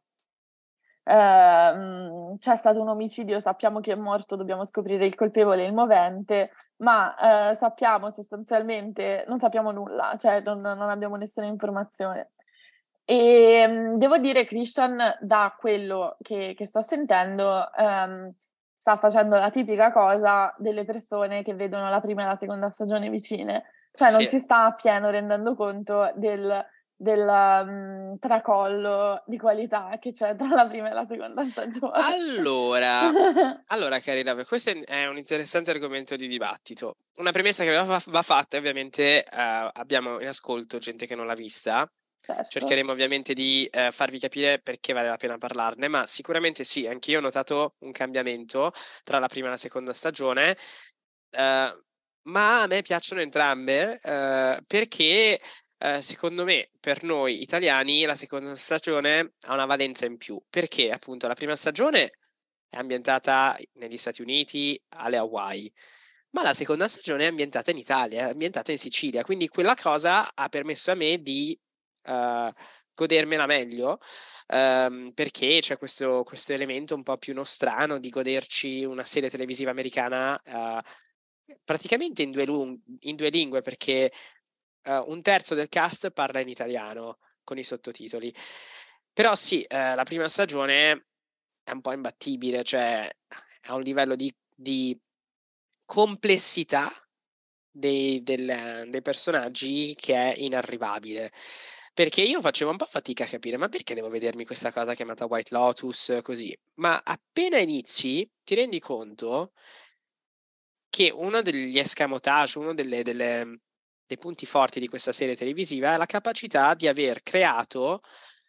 ehm, c'è stato un omicidio, sappiamo chi è morto, dobbiamo scoprire il colpevole, il movente, ma eh, sappiamo sostanzialmente, non sappiamo nulla, cioè non, non abbiamo nessuna informazione. E mh, devo dire, Christian, da quello che, che sto sentendo, ehm, sta facendo la tipica cosa delle persone che vedono la prima e la seconda stagione vicine, cioè non Sì. si sta appieno rendendo conto del, del um, tracollo di qualità che c'è tra la prima e la seconda stagione. Allora, allora Carina, questo è è un interessante argomento di dibattito. Una premessa che va, va fatta, ovviamente, eh, abbiamo in ascolto gente che non l'ha vista. Certo. Cercheremo ovviamente di eh, farvi capire perché vale la pena parlarne, ma sicuramente sì, anch'io ho notato un cambiamento tra la prima e la seconda stagione, eh, ma a me piacciono entrambe eh, perché eh, secondo me per noi italiani la seconda stagione ha una valenza in più, perché appunto la prima stagione è ambientata negli Stati Uniti, alle Hawaii, ma la seconda stagione è ambientata in Italia, è ambientata in Sicilia, quindi quella cosa ha permesso a me di uh, godermela meglio, um, perché c'è questo, questo elemento un po' più nostrano di goderci una serie televisiva americana uh, praticamente in due, lung- in due lingue, perché uh, un terzo del cast parla in italiano con i sottotitoli. Però sì, uh, la prima stagione è un po' imbattibile, cioè ha un livello di, di complessità dei, del, dei personaggi che è inarrivabile. Perché io facevo un po' fatica a capire, ma perché devo vedermi questa cosa chiamata White Lotus così? Ma appena inizi ti rendi conto che uno degli escamotage, uno delle, delle, dei punti forti di questa serie televisiva è la capacità di aver creato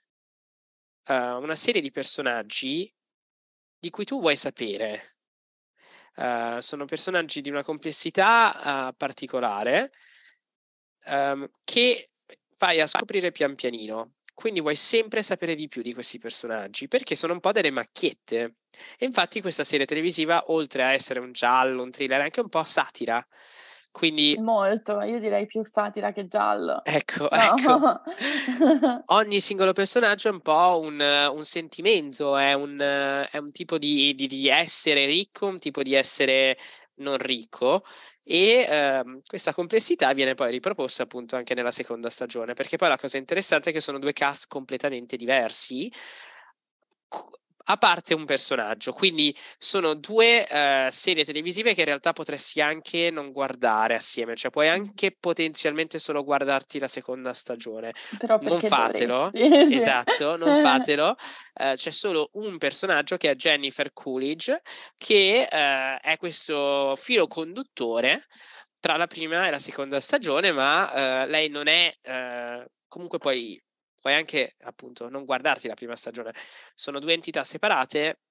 uh, una serie di personaggi di cui tu vuoi sapere. Uh, sono personaggi di una complessità uh, particolare um, che vai a scoprire pian pianino. Quindi vuoi sempre sapere di più di questi personaggi, perché sono un po' delle macchiette. E infatti questa serie televisiva, oltre a essere un giallo, un thriller, è anche un po' satira. Quindi Molto, io direi più satira che giallo. ecco, ecco. No. Ogni singolo personaggio è un po' un, un sentimento, è un, è un tipo di, di, di essere ricco, un tipo di essere non ricco, e ehm, questa complessità viene poi riproposta appunto anche nella seconda stagione, perché poi la cosa interessante è che sono due cast completamente diversi, co- a parte un personaggio, quindi sono due eh, serie televisive che in realtà potresti anche non guardare assieme, cioè puoi anche potenzialmente solo guardarti la seconda stagione. Però Non perché fatelo, dovresti? Sì. esatto, non fatelo. Eh, c'è solo un personaggio che è Jennifer Coolidge, che eh, è questo filo conduttore tra la prima e la seconda stagione, ma eh, lei non è, eh, comunque poi puoi anche appunto non guardarti la prima stagione, sono due entità separate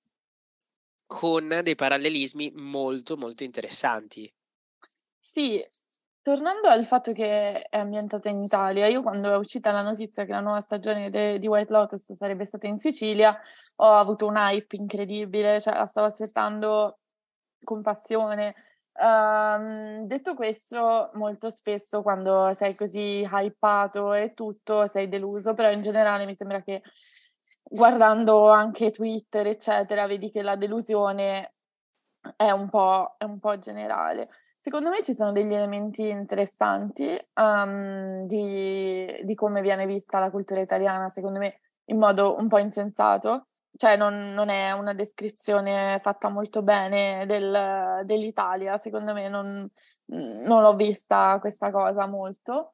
con dei parallelismi molto molto interessanti. Sì, tornando al fatto che è ambientata in Italia, io quando è uscita la notizia che la nuova stagione de- di White Lotus sarebbe stata in Sicilia, ho avuto un hype incredibile, cioè la stavo aspettando con passione. Ehm, detto questo, molto spesso quando sei così hypato e tutto, sei deluso, però in generale mi sembra che guardando anche Twitter, eccetera, vedi che la delusione è un po', è un po' generale. Secondo me ci sono degli elementi interessanti um, di, di come viene vista la cultura italiana, secondo me in modo un po' insensato, cioè non, non è una descrizione fatta molto bene del- dell'Italia, secondo me non, non l'ho vista questa cosa molto.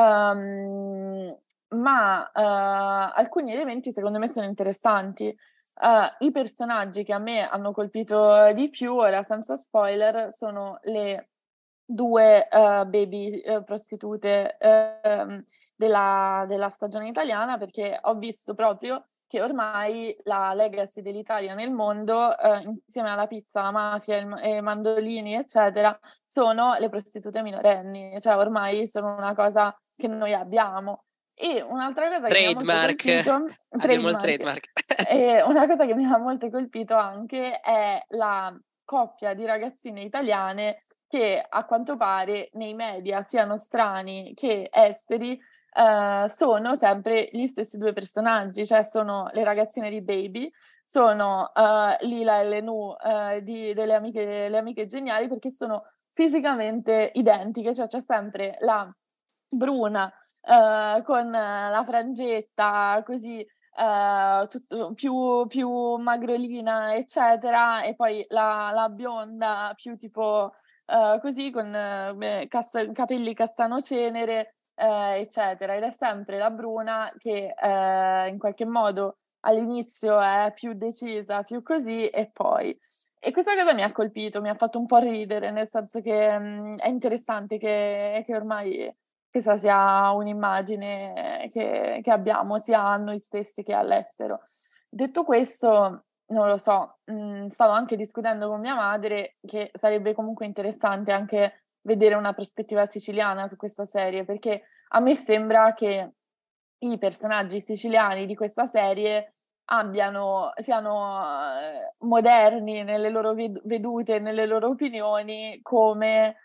Um, ma uh, alcuni elementi secondo me sono interessanti. Uh, I personaggi che a me hanno colpito di più, ora senza spoiler, sono le due uh, baby uh, prostitute uh, della, della stagione italiana, perché ho visto proprio che ormai la legacy dell'Italia nel mondo, uh, insieme alla pizza, la mafia, il, e i mandolini, eccetera, sono le prostitute minorenni, cioè ormai sono una cosa che noi abbiamo. E un'altra cosa che mi ha molto Trademark, colpito, abbiamo il trademark, trademark. e una cosa che mi ha molto colpito anche è la coppia di ragazzine italiane che a quanto pare nei media, siano strani che esteri, eh, sono sempre gli stessi due personaggi, cioè sono le ragazzine di Baby, sono eh, Lila e Lenù eh, di, delle amiche, le amiche geniali, perché sono fisicamente identiche, cioè c'è sempre la bruna eh, con la frangetta così eh, tutto, più, più magrolina, eccetera, e poi la, la bionda più tipo eh, così con eh, cassa- capelli castano-cenere, eh, eccetera. Ed è sempre la bruna che eh, in qualche modo all'inizio è più decisa, più così, e poi. E questa cosa mi ha colpito, mi ha fatto un po' ridere, nel senso che mh, è interessante che, che ormai questa sia un'immagine che, che abbiamo sia a noi stessi che all'estero. Detto questo, non lo so, mh, stavo anche discutendo con mia madre che sarebbe comunque interessante anche vedere una prospettiva siciliana su questa serie, perché a me sembra che i personaggi siciliani di questa serie abbiano, siano eh, moderni nelle loro ved- vedute, nelle loro opinioni, come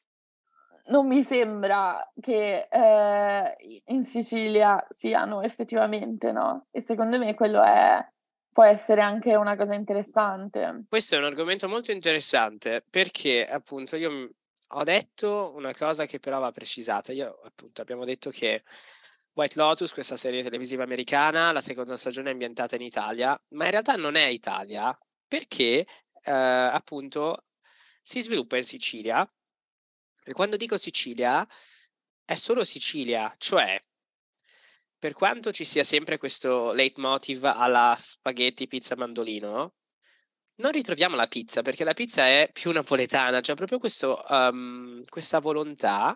non mi sembra che eh, in Sicilia siano effettivamente, no? E secondo me quello è, può essere anche una cosa interessante. Questo è un argomento molto interessante perché appunto io m- ho detto una cosa che però va precisata. Io appunto abbiamo detto che White Lotus, questa serie televisiva americana, la seconda stagione è ambientata in Italia, ma in realtà non è Italia perché eh, appunto si sviluppa in Sicilia, e quando dico Sicilia è solo Sicilia, cioè per quanto ci sia sempre questo leitmotiv alla spaghetti, pizza, mandolino, non ritroviamo la pizza, perché la pizza è più napoletana, c'è proprio questo, um, questa volontà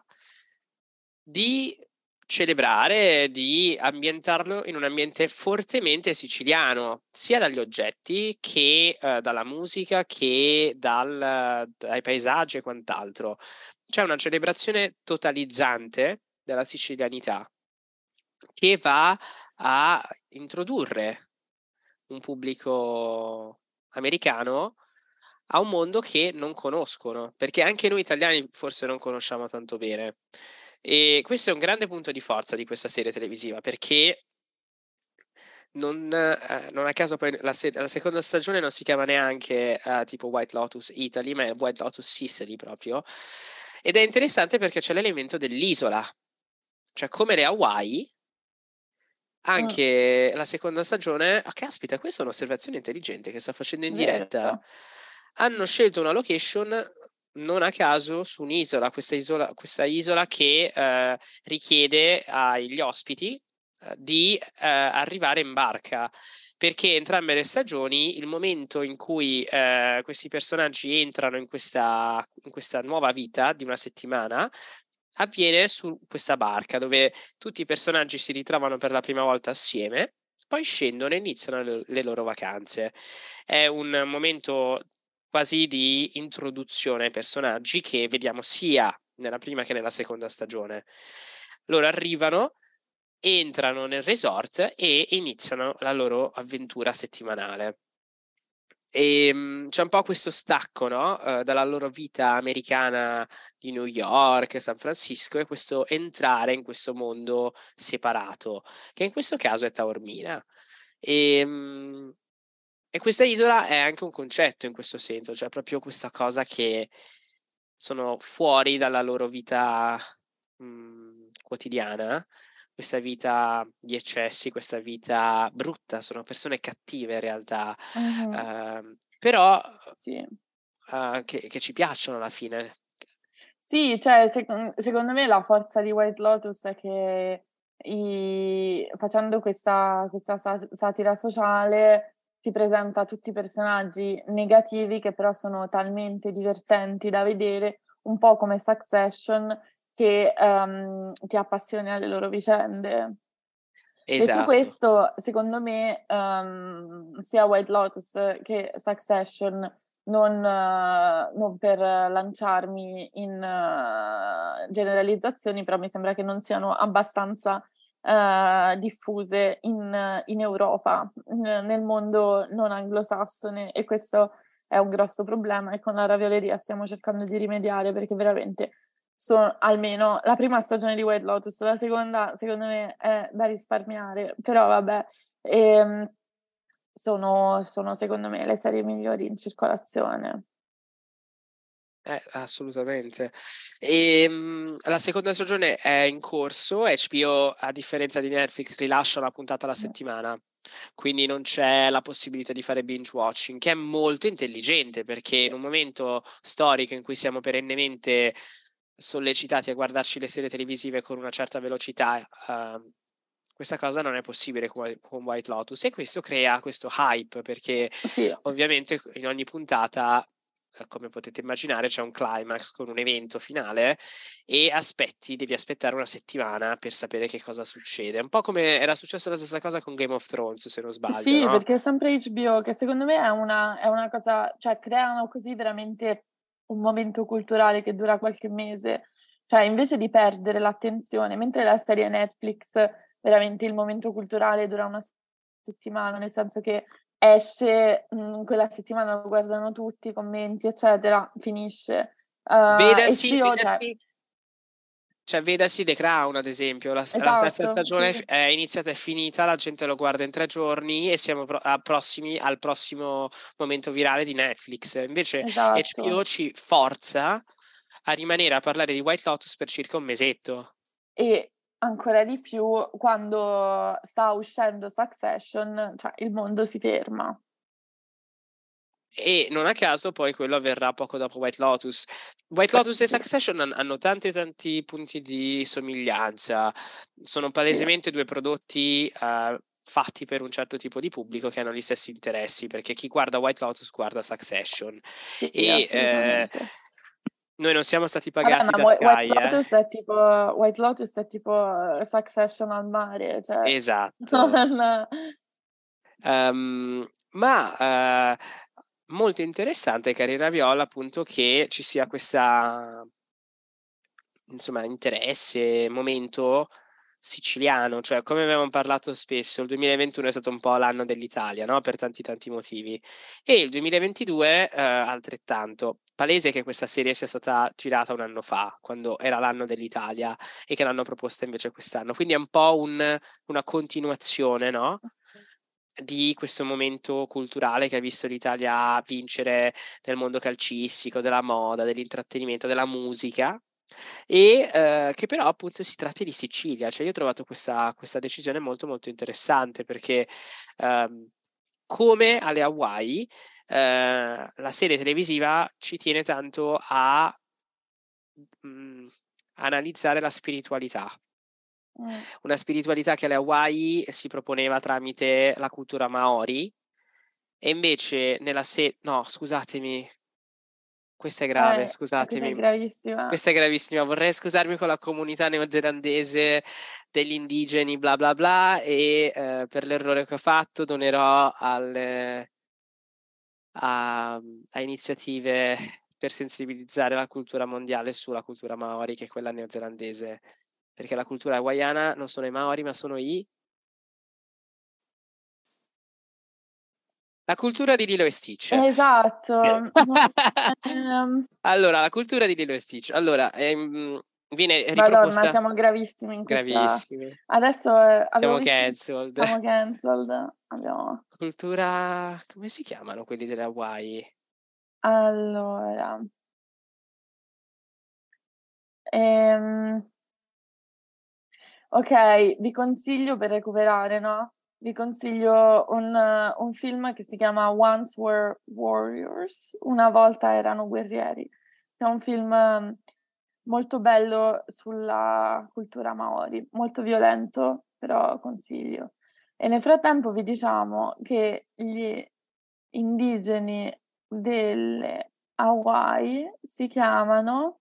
di celebrare, di ambientarlo in un ambiente fortemente siciliano, sia dagli oggetti che uh, dalla musica che dal, dai paesaggi e quant'altro. C'è una celebrazione totalizzante della sicilianità. che va a introdurre un pubblico americano a un mondo che non conoscono, perché anche noi italiani forse non conosciamo tanto bene. E questo è un grande punto di forza di questa serie televisiva, perché non, eh, non a caso poi la, se- la seconda stagione non si chiama neanche eh, tipo White Lotus Italy, ma è White Lotus Sicily proprio. Ed è interessante perché c'è l'elemento dell'isola, cioè come le Hawaii, Mm, anche la seconda stagione, ah, caspita, questa è un'osservazione intelligente che sto facendo in diretta. vero. Hanno scelto una location non a caso su un'isola, questa isola, questa isola che eh, richiede agli ospiti eh, di eh, arrivare in barca. Perché entrambe le stagioni, il momento in cui eh, questi personaggi entrano in questa, in questa nuova vita di una settimana avviene su questa barca dove tutti i personaggi si ritrovano per la prima volta assieme, poi scendono e iniziano le, le loro vacanze. È un momento quasi di introduzione ai personaggi che vediamo sia nella prima che nella seconda stagione. Loro arrivano, entrano nel resort e iniziano la loro avventura settimanale. E mh, c'è un po' questo stacco, no? Eh, dalla loro vita americana di New York, San Francisco, e questo entrare in questo mondo separato, che in questo caso è Taormina. E, mh, e questa isola è anche un concetto in questo senso, cioè proprio questa cosa che sono fuori dalla loro vita mh, quotidiana, questa vita di eccessi, questa vita brutta, sono persone cattive in realtà, Mhm, ehm, però sì. eh, che, che ci piacciono alla fine. Sì, cioè, sec- secondo me la forza di White Lotus è che i- facendo questa, questa sa- satira sociale ti presenta tutti i personaggi negativi che però sono talmente divertenti da vedere, un po' come Succession, che ehm, ti appassioni alle loro vicende. Detto Esatto. questo, secondo me ehm, sia White Lotus che Succession, non, eh, non per lanciarmi in eh, generalizzazioni, però mi sembra che non siano abbastanza eh, diffuse in, in Europa, n- nel mondo non anglosassone, e questo è un grosso problema e con la ravioleria stiamo cercando di rimediare, perché veramente sono almeno la prima stagione di White Lotus, la seconda secondo me è da risparmiare, però vabbè, ehm, sono, sono secondo me le serie migliori in circolazione. Eh, assolutamente. E, mh, la seconda stagione è in corso, H B O a differenza di Netflix rilascia una puntata alla settimana, quindi non c'è la possibilità di fare binge watching, che è molto intelligente perché in un momento storico in cui siamo perennemente sollecitati a guardarci le serie televisive con una certa velocità, eh, questa cosa non è possibile con, con White Lotus, e questo crea questo hype perché Sì, ovviamente in ogni puntata, eh, come potete immaginare, c'è un climax con un evento finale e aspetti, devi aspettare una settimana per sapere che cosa succede. Un po' come era successa la stessa cosa con Game of Thrones, se non sbaglio, sì, no? perché è sempre H B O, che secondo me è una, è una cosa, cioè creano così veramente un momento culturale che dura qualche mese, cioè invece di perdere l'attenzione, mentre la serie Netflix, veramente il momento culturale dura una settimana, nel senso che esce, mh, quella settimana lo guardano tutti, commenti, eccetera, finisce. Uh, Vedasi, H B O, cioè, vedasi Cioè, vedasi The Crown, ad esempio, la, la terza esatto, stagione sì, è iniziata e finita, la gente lo guarda in tre giorni e siamo pro- a prossimi al prossimo momento virale di Netflix. Invece H B O esatto. ci forza a rimanere a parlare di White Lotus per circa un mesetto. E ancora di più quando sta uscendo Succession, cioè il mondo si ferma. E non a caso poi quello avverrà poco dopo White Lotus. White Lotus e Sì, Succession han- hanno tanti tanti punti di somiglianza. Sono sì, palesemente due prodotti eh, fatti per un certo tipo di pubblico che hanno gli stessi interessi, perché chi guarda White Lotus guarda Succession. sì, E eh, assolutamente. noi non siamo stati Vabbè, pagati ma da Whi- White Sky, eh? Lotus è tipo, White Lotus è tipo eh, Succession al mare, cioè... Esatto. non- Um, ma eh, molto interessante, Carina Viola, appunto, che ci sia questa insomma interesse, momento siciliano, cioè come avevamo parlato spesso, il duemilaventuno è stato un po' l'anno dell'Italia, no? Per tanti tanti motivi. E il duemilaventidue eh, altrettanto. Palese che questa serie sia stata girata un anno fa, quando era l'anno dell'Italia, e che l'hanno proposta invece quest'anno. Quindi è un po' un, una continuazione, no? Di questo momento culturale che ha visto l'Italia vincere nel mondo calcistico, della moda, dell'intrattenimento, della musica, e eh, che però appunto si tratti di Sicilia. Cioè io ho trovato questa, questa decisione molto molto interessante, perché ehm, come alle Hawaii eh, la serie televisiva ci tiene tanto a mh, analizzare la spiritualità. Mm. Una spiritualità che alle Hawaii si proponeva tramite la cultura Maori, e invece nella serie... No, scusatemi, questa è grave, Eh, questa è scusatemi. gravissima. Questa è gravissima, vorrei scusarmi con la comunità neozelandese degli indigeni, bla bla bla, e eh, per l'errore che ho fatto donerò alle, a, a iniziative per sensibilizzare la cultura mondiale sulla cultura Maori, che è quella neozelandese, perché la cultura hawaiana non sono i Maori, ma sono i... La cultura di Lilo e Stitch. Esatto. Ehm, Allora, la cultura di Lilo e Stitch. Allora, ehm, viene Madonna, riproposta... siamo gravissimi in questa. Gravissimi. Adesso eh, abbiamo Siamo visto. cancelled. Siamo cancelled. Abbiamo. Cultura... Come si chiamano quelli delle Hawaii? Allora. Ehm, Ok, vi consiglio per recuperare, no? Vi consiglio un, un film che si chiama Once Were Warriors, una volta erano guerrieri. È un film um, molto bello sulla cultura Maori, molto violento, però consiglio. E nel frattempo vi diciamo che gli indigeni delle Hawaii si chiamano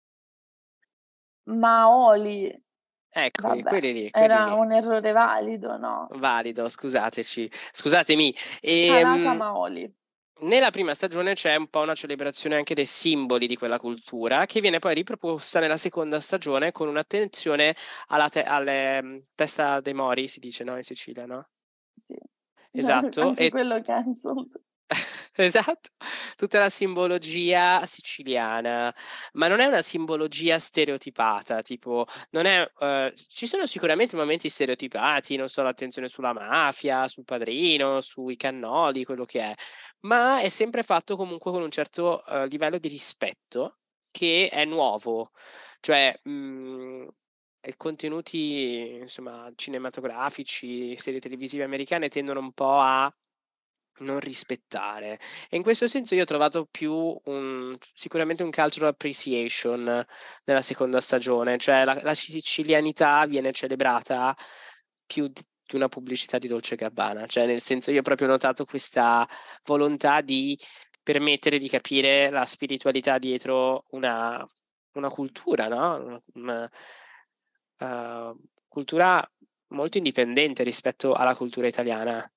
Maoli. Eccoli, Vabbè, quelli lì, quelli era lì. un errore valido, no? Valido, scusateci. Scusatemi. Tanaka Ehm, Maoli. nella prima stagione c'è un po' una celebrazione anche dei simboli di quella cultura, che viene poi riproposta nella seconda stagione con un'attenzione alla te- alle mm, testa dei Mori, si dice, no? In Sicilia, no? Sì. Esatto. Anche E quello cancelled. esatto, tutta la simbologia siciliana, ma non è una simbologia stereotipata, tipo, non è, eh, ci sono sicuramente momenti stereotipati, non so, l'attenzione sulla mafia, sul padrino, sui cannoli, quello che è, ma è sempre fatto comunque con un certo eh, livello di rispetto che è nuovo, cioè... mh, i contenuti, insomma, cinematografici, serie televisive americane tendono un po' a non rispettare. E in questo senso io ho trovato più un, sicuramente un cultural appreciation nella seconda stagione, cioè la, la sicilianità viene celebrata più di, di una pubblicità di Dolce e Gabbana, cioè nel senso io ho proprio notato questa volontà di permettere di capire la spiritualità dietro una, una cultura, no? Una, una, uh, cultura molto indipendente rispetto alla cultura italiana.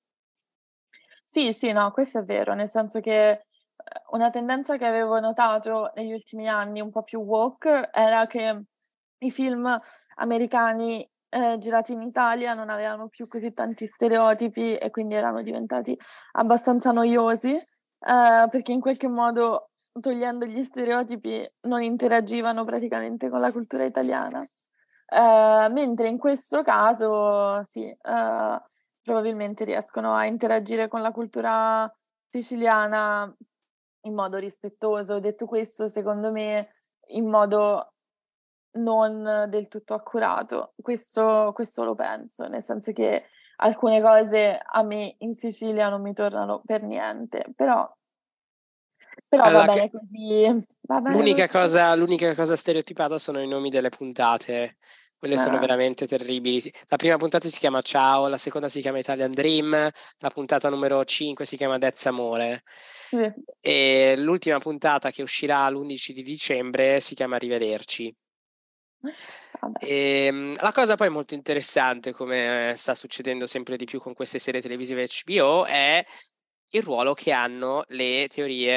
Sì, sì, no, questo è vero, nel senso che eh, una tendenza che avevo notato negli ultimi anni un po' più woke era che i film americani eh, girati in Italia non avevano più così tanti stereotipi e quindi erano diventati abbastanza noiosi, eh, perché in qualche modo, togliendo gli stereotipi, non interagivano praticamente con la cultura italiana. Eh, mentre in questo caso, sì, eh, probabilmente riescono a interagire con la cultura siciliana in modo rispettoso. Detto questo, secondo me, in modo non del tutto accurato. Questo, questo lo penso, nel senso che alcune cose a me in Sicilia non mi tornano per niente, però, però va Alla bene così, va bene L'unica così. cosa, l'unica cosa stereotipata sono i nomi delle puntate. Quelle sono Eh, veramente terribili. La prima puntata si chiama Ciao, la seconda si chiama Italian Dream, la puntata numero cinque si chiama Dez Amore. sì, E l'ultima puntata che uscirà l'undici di dicembre si chiama Arrivederci. vabbè. E, mh, la cosa poi molto interessante, come eh, sta succedendo sempre di più con queste serie televisive H B O, è il ruolo che hanno le teorie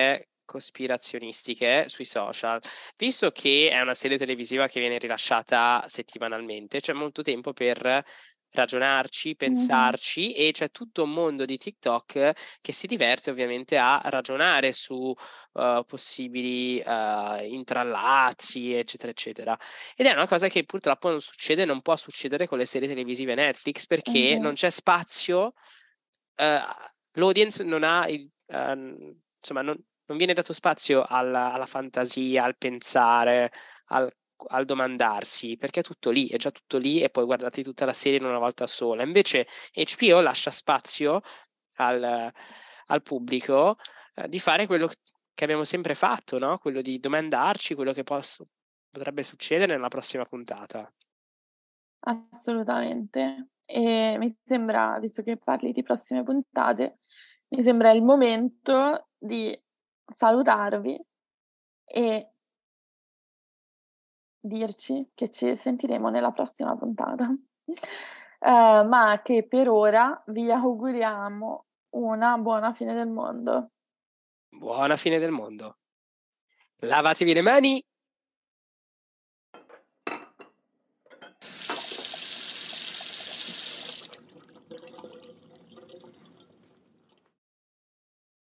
cospirazionistiche sui social, visto che è una serie televisiva che viene rilasciata settimanalmente, c'è molto tempo per ragionarci, Mh-mh. pensarci e c'è tutto un mondo di TikTok che si diverte ovviamente a ragionare su, uhm, possibili, uhm, intrallazzi, eccetera, eccetera. Ed è una cosa che purtroppo non succede, non può succedere con le serie televisive Netflix perché non Mh-mh. c'è spazio, uhm, l'audience non ha il uhm, insomma non non viene dato spazio alla alla fantasia, al pensare, al al domandarsi, perché è tutto lì, è già tutto lì e poi guardati tutta la serie in una volta sola. Invece H B O lascia spazio al al pubblico, uhm, di fare quello c che abbiamo sempre fatto, no, quello di domandarci quello che posso potrebbe succedere nella prossima puntata. Assolutamente. E mi sembra, visto che parli di prossime puntate, mi sembra il momento di salutarvi e dirci che ci sentiremo nella prossima puntata. Ehm, ma che per ora vi auguriamo una buona fine del mondo. Buona fine del mondo. Lavatevi le mani